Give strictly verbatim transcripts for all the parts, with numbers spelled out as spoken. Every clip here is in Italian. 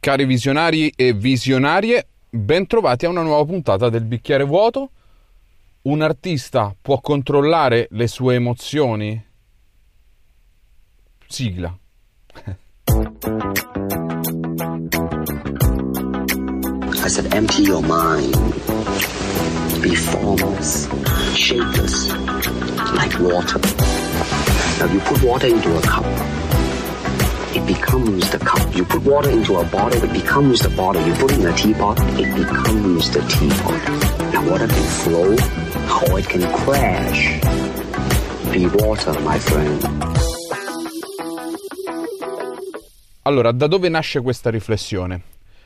Cari visionari e visionarie, bentrovati a una nuova puntata del Bicchiere Vuoto. Un artista può controllare le sue emozioni? Sigla. I said empty your mind. Be formless, shapeless, like water. Now you put water into a cup. It becomes the cup. You put water into a bottle, it becomes the bottle. You put it in a teapot, it becomes the teapot. Now water can flow or it can crash. Be water, my friend. Allora, da dove nasce questa riflessione?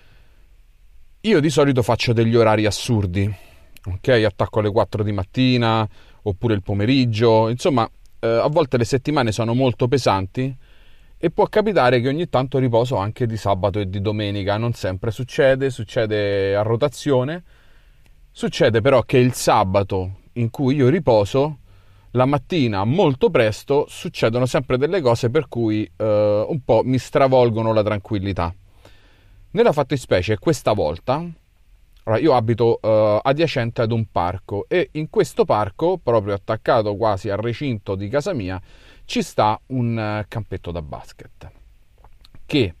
Io di solito faccio degli orari assurdi, ok? Attacco alle quattro di mattina, oppure il pomeriggio. Insomma, eh, a volte le settimane sono molto pesanti e può capitare che ogni tanto riposo anche di sabato e di domenica. Non sempre succede, succede a rotazione. Succede però che il sabato in cui io riposo, la mattina molto presto succedono sempre delle cose per cui eh, un po' mi stravolgono la tranquillità. Nella fattispecie questa volta, allora, io abito eh, adiacente ad un parco e in questo parco, proprio attaccato quasi al recinto di casa mia, ci sta un uh, campetto da basket che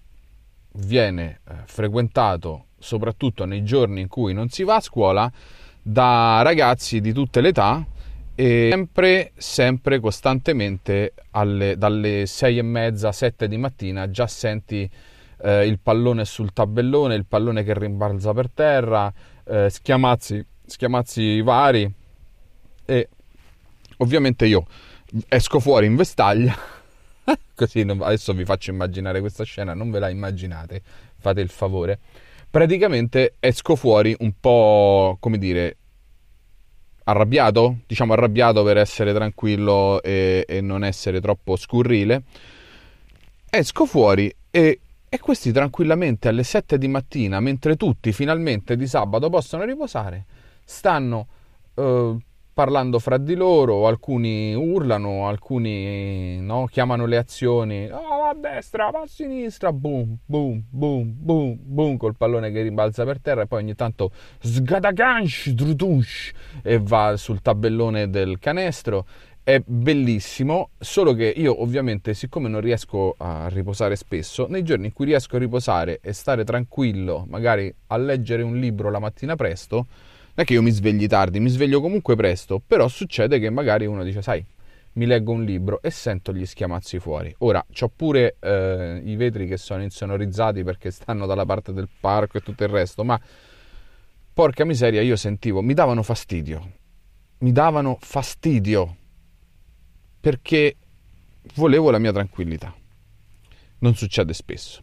viene uh, frequentato soprattutto nei giorni in cui non si va a scuola da ragazzi di tutte le età e sempre, sempre costantemente alle, dalle sei e mezza, sette di mattina già senti uh, il pallone sul tabellone, il pallone che rimbalza per terra, uh, schiamazzi, schiamazzi vari e ovviamente io esco fuori in vestaglia, così non, adesso vi faccio immaginare questa scena, non ve la immaginate, fate il favore. Praticamente esco fuori un po', come dire, arrabbiato, diciamo arrabbiato per essere tranquillo e, e non essere troppo scurrile. Esco fuori e, e questi tranquillamente alle sette di mattina, mentre tutti finalmente di sabato possono riposare, stanno eh, parlando fra di loro, alcuni urlano, alcuni no, chiamano le azioni, oh, va a destra, va a sinistra, boom, boom, boom, boom, boom, col pallone che rimbalza per terra e poi ogni tanto sgadagansh, drutunsh, e va sul tabellone del canestro. È bellissimo, solo che io ovviamente, siccome non riesco a riposare spesso, nei giorni in cui riesco a riposare e stare tranquillo, magari a leggere un libro la mattina presto, non è che io mi svegli tardi, mi sveglio comunque presto, però succede che magari uno dice, sai, mi leggo un libro e sento gli schiamazzi fuori. Ora, c'ho pure eh, i vetri che sono insonorizzati perché stanno dalla parte del parco e tutto il resto, ma porca miseria, io sentivo, mi davano fastidio, mi davano fastidio, perché volevo la mia tranquillità. Non succede spesso.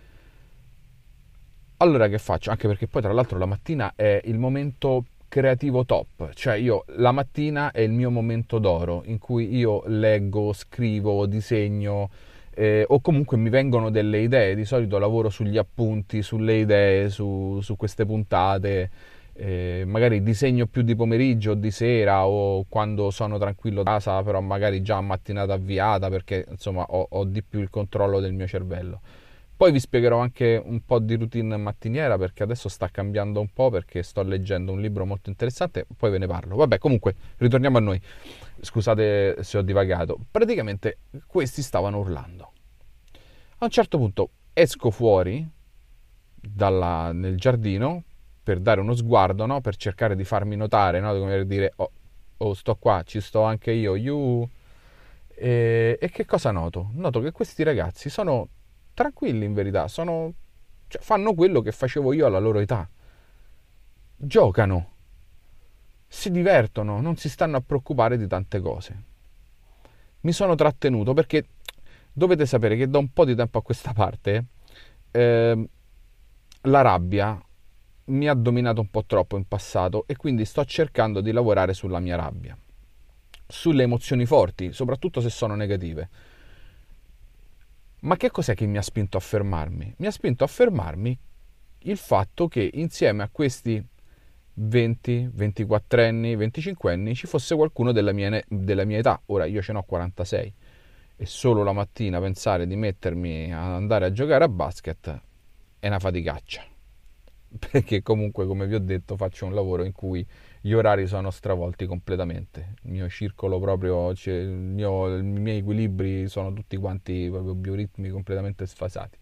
Allora che faccio? Anche perché poi tra l'altro la mattina è il momento creativo top, cioè io la mattina è il mio momento d'oro in cui io leggo, scrivo, disegno eh, o comunque mi vengono delle idee. Di solito lavoro sugli appunti, sulle idee, su, su queste puntate, eh, magari disegno più di pomeriggio o di sera o quando sono tranquillo a casa, però magari già a mattinata avviata perché insomma ho, ho di più il controllo del mio cervello. Poi vi spiegherò anche un po' di routine mattiniera perché adesso sta cambiando un po' perché sto leggendo un libro molto interessante, poi ve ne parlo. Vabbè, comunque, ritorniamo a noi. Scusate se ho divagato. Praticamente questi stavano urlando. A un certo punto esco fuori dalla, nel giardino per dare uno sguardo, no? Per cercare di farmi notare, no? Come per dire, oh, oh, sto qua, ci sto anche io, you. E, e che cosa noto? Noto che questi ragazzi sono tranquilli in verità, sono, cioè, fanno quello che facevo io alla loro età, giocano, si divertono, non si stanno a preoccupare di tante cose. Mi sono trattenuto perché dovete sapere che da un po' di tempo a questa parte eh, la rabbia mi ha dominato un po' troppo in passato e quindi sto cercando di lavorare sulla mia rabbia, sulle emozioni forti, soprattutto se sono negative. Ma che cos'è che mi ha spinto a fermarmi? Mi ha spinto a fermarmi il fatto che insieme a questi venti, ventiquattrenni, venticinquenni ci fosse qualcuno della mia, della mia età. Ora io ce n'ho quarantasei e solo la mattina pensare di mettermi a andare a giocare a basket è una faticaccia, perché comunque, come vi ho detto, faccio un lavoro in cui gli orari sono stravolti completamente, il mio circolo proprio, cioè, il mio, i miei equilibri sono tutti quanti proprio bioritmi completamente sfasati.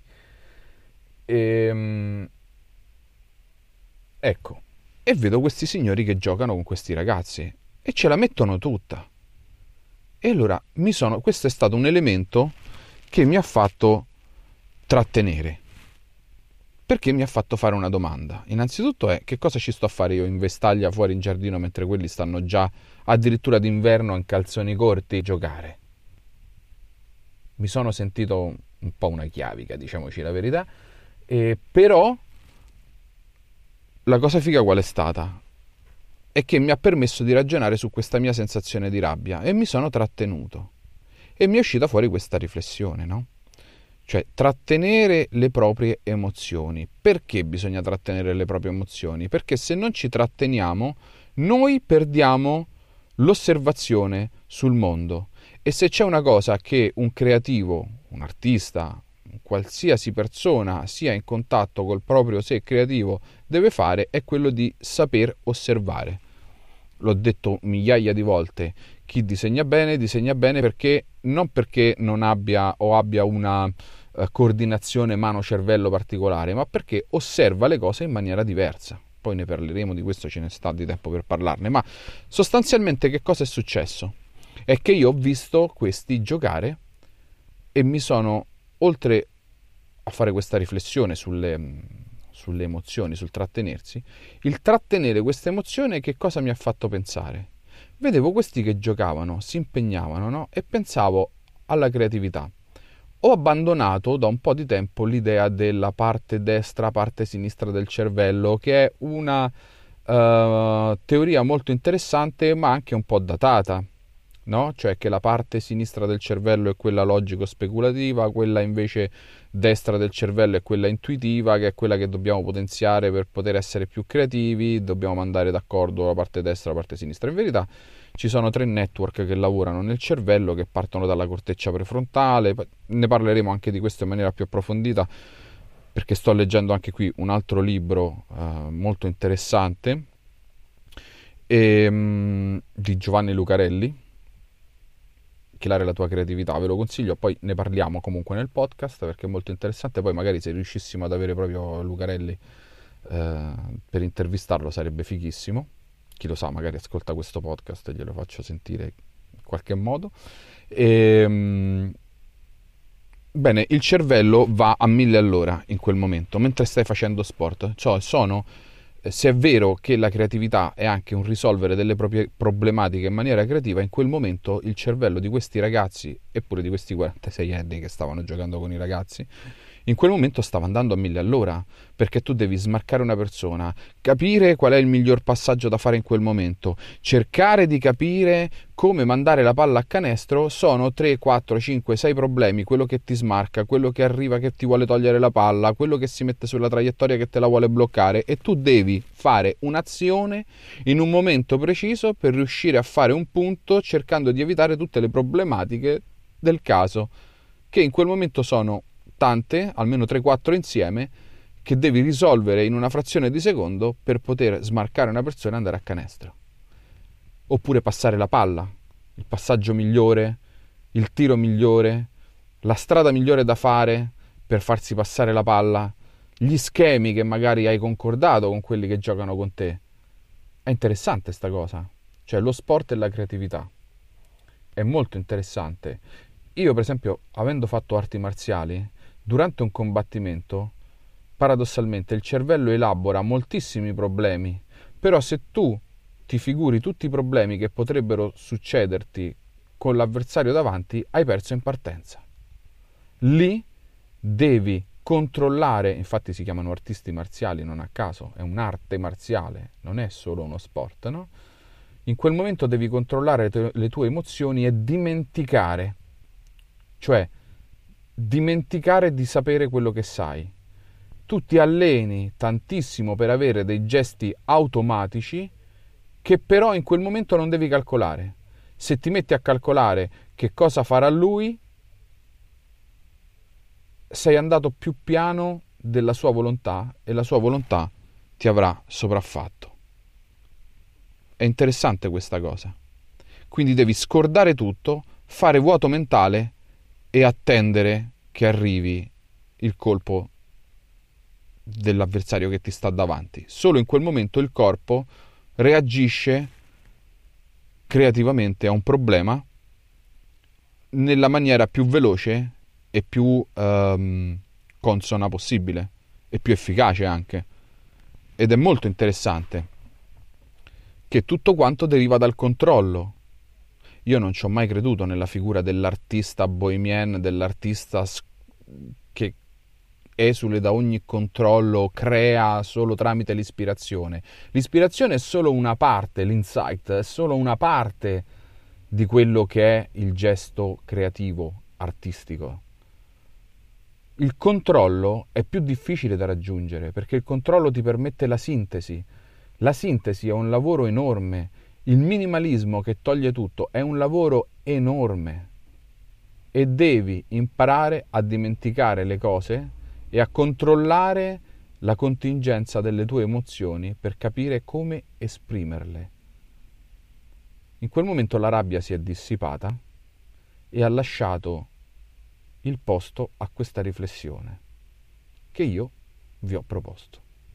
E, ecco, e vedo questi signori che giocano con questi ragazzi e ce la mettono tutta. E allora mi sono, questo è stato un elemento che mi ha fatto trattenere, perché mi ha fatto fare una domanda. Innanzitutto è: che cosa ci sto a fare io in vestaglia fuori in giardino mentre quelli stanno già addirittura d'inverno in calzoni corti a giocare? Mi sono sentito un po' una chiavica, diciamoci la verità, e però la cosa figa qual è stata? È che mi ha permesso di ragionare su questa mia sensazione di rabbia e mi sono trattenuto. E mi è uscita fuori questa riflessione, no? Cioè, trattenere le proprie emozioni. Perché bisogna trattenere le proprie emozioni? Perché se non ci tratteniamo, noi perdiamo l'osservazione sul mondo. E se c'è una cosa che un creativo, un artista, qualsiasi persona sia in contatto col proprio sé creativo deve fare, è quello di saper osservare. L'ho detto migliaia di volte: chi disegna bene disegna bene perché non perché non abbia o abbia una uh, coordinazione mano-cervello particolare, ma perché osserva le cose in maniera diversa. Poi ne parleremo di questo, ce ne sta di tempo per parlarne, ma sostanzialmente che cosa è successo? È che io ho visto questi giocare e mi sono, oltre a fare questa riflessione sulle, sulle emozioni, sul trattenersi, il trattenere questa emozione che cosa mi ha fatto pensare? Vedevo questi che giocavano, si impegnavano, no? E pensavo alla creatività. Ho abbandonato da un po' di tempo l'idea della parte destra, parte sinistra del cervello, che è una uh, teoria molto interessante ma anche un po' datata. No? Cioè che la parte sinistra del cervello è quella logico-speculativa, quella invece destra del cervello è quella intuitiva, che è quella che dobbiamo potenziare per poter essere più creativi, dobbiamo mandare d'accordo la parte destra e la parte sinistra. In verità ci sono tre network che lavorano nel cervello, che partono dalla corteccia prefrontale. Ne parleremo anche di questo in maniera più approfondita, perché sto leggendo anche qui un altro libro uh, molto interessante e, um, di Giovanni Lucarelli, Chilare la tua creatività. Ve lo consiglio, poi ne parliamo comunque nel podcast perché è molto interessante. Poi magari se riuscissimo ad avere proprio Lucarelli eh, per intervistarlo sarebbe fighissimo. Chi lo sa, magari ascolta questo podcast e glielo faccio sentire in qualche modo. E, mh, bene, il cervello va a mille all'ora in quel momento mentre stai facendo sport. Cioè sono se è vero che la creatività è anche un risolvere delle proprie problematiche in maniera creativa, in quel momento il cervello di questi ragazzi, e pure di questi quarantasei anni che stavano giocando con i ragazzi, in quel momento stava andando a mille all'ora, perché tu devi smarcare una persona, capire qual è il miglior passaggio da fare in quel momento, cercare di capire come mandare la palla a canestro. Sono tre, quattro, cinque, sei problemi: quello che ti smarca, quello che arriva che ti vuole togliere la palla, quello che si mette sulla traiettoria che te la vuole bloccare, e tu devi fare un'azione in un momento preciso per riuscire a fare un punto, cercando di evitare tutte le problematiche del caso, che in quel momento sono tante, almeno tre quattro insieme, che devi risolvere in una frazione di secondo per poter smarcare una persona e andare a canestro. Oppure passare la palla, il passaggio migliore, il tiro migliore, la strada migliore da fare per farsi passare la palla, gli schemi che magari hai concordato con quelli che giocano con te. È interessante sta cosa, cioè lo sport e la creatività. È molto interessante. Io, per esempio, avendo fatto arti marziali, durante un combattimento, paradossalmente, il cervello elabora moltissimi problemi, però se tu ti figuri tutti i problemi che potrebbero succederti con l'avversario davanti, hai perso in partenza. Lì devi controllare, infatti si chiamano artisti marziali non a caso, è un'arte marziale, non è solo uno sport, no? In quel momento devi controllare le tue, le tue emozioni e dimenticare, cioè dimenticare di sapere quello che sai. Tu ti alleni tantissimo per avere dei gesti automatici che però in quel momento non devi calcolare. Se ti metti a calcolare che cosa farà lui, sei andato più piano della sua volontà e la sua volontà ti avrà sopraffatto. È interessante questa cosa. Quindi devi scordare tutto, fare vuoto mentale e attendere che arrivi il colpo dell'avversario che ti sta davanti. Solo in quel momento il corpo reagisce creativamente a un problema nella maniera più veloce e più um, consona possibile e più efficace anche. Ed è molto interessante che tutto quanto deriva dal controllo. Io non ci ho mai creduto nella figura dell'artista bohemien, dell'artista che esule da ogni controllo, crea solo tramite l'ispirazione. L'ispirazione è solo una parte, l'insight è solo una parte di quello che è il gesto creativo, artistico. Il controllo è più difficile da raggiungere perché il controllo ti permette la sintesi. La sintesi è un lavoro enorme. Il minimalismo che toglie tutto è un lavoro enorme e devi imparare a dimenticare le cose e a controllare la contingenza delle tue emozioni per capire come esprimerle. In quel momento la rabbia si è dissipata e ha lasciato il posto a questa riflessione che io vi ho proposto.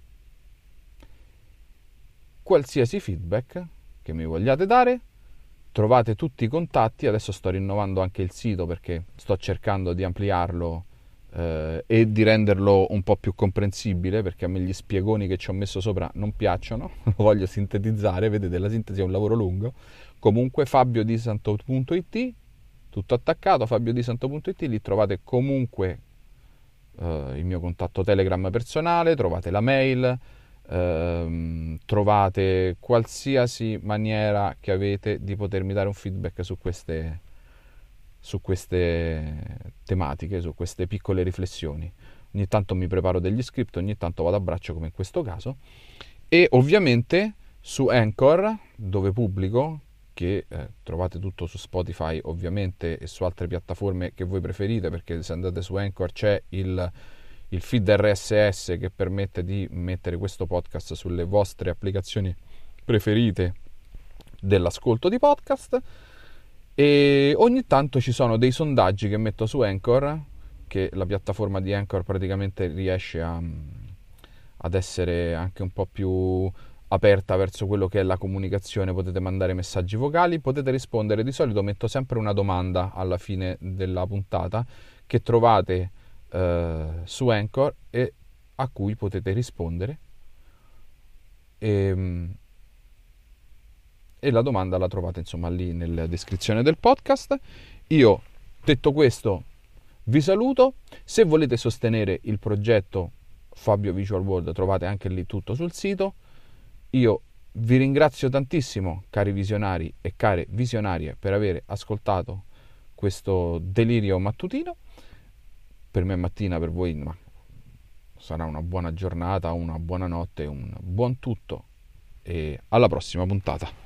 Qualsiasi feedback che mi vogliate dare, trovate tutti i contatti. Adesso sto rinnovando anche il sito perché sto cercando di ampliarlo eh, e di renderlo un po' più comprensibile, perché a me gli spiegoni che ci ho messo sopra non piacciono, lo voglio sintetizzare. Vedete, la sintesi è un lavoro lungo. Comunque fabiodisanto punto it, tutto attaccato, fabiodisanto punto it, lì trovate comunque eh, il mio contatto Telegram personale, trovate la mail, Uh, trovate qualsiasi maniera che avete di potermi dare un feedback su queste su queste tematiche, su queste piccole riflessioni. Ogni tanto mi preparo degli script, ogni tanto vado a braccio come in questo caso, e ovviamente su Anchor, dove pubblico, che eh, trovate tutto su Spotify ovviamente e su altre piattaforme che voi preferite, perché se andate su Anchor c'è il il feed R S S che permette di mettere questo podcast sulle vostre applicazioni preferite dell'ascolto di podcast. E ogni tanto ci sono dei sondaggi che metto su Anchor, che la piattaforma di Anchor praticamente riesce a, ad essere anche un po' più aperta verso quello che è la comunicazione. Potete mandare messaggi vocali, potete rispondere. Di solito metto sempre una domanda alla fine della puntata che trovate Uh, su Anchor e a cui potete rispondere, e, e la domanda la trovate insomma lì nella descrizione del podcast. Io, detto questo, vi saluto. Se volete sostenere il progetto Fabio Visual World, trovate anche lì tutto sul sito. Io vi ringrazio tantissimo, cari visionari e care visionarie, per aver ascoltato questo delirio mattutino. Per me è mattina, per voi ma sarà una buona giornata, una buona notte, un buon tutto e alla prossima puntata.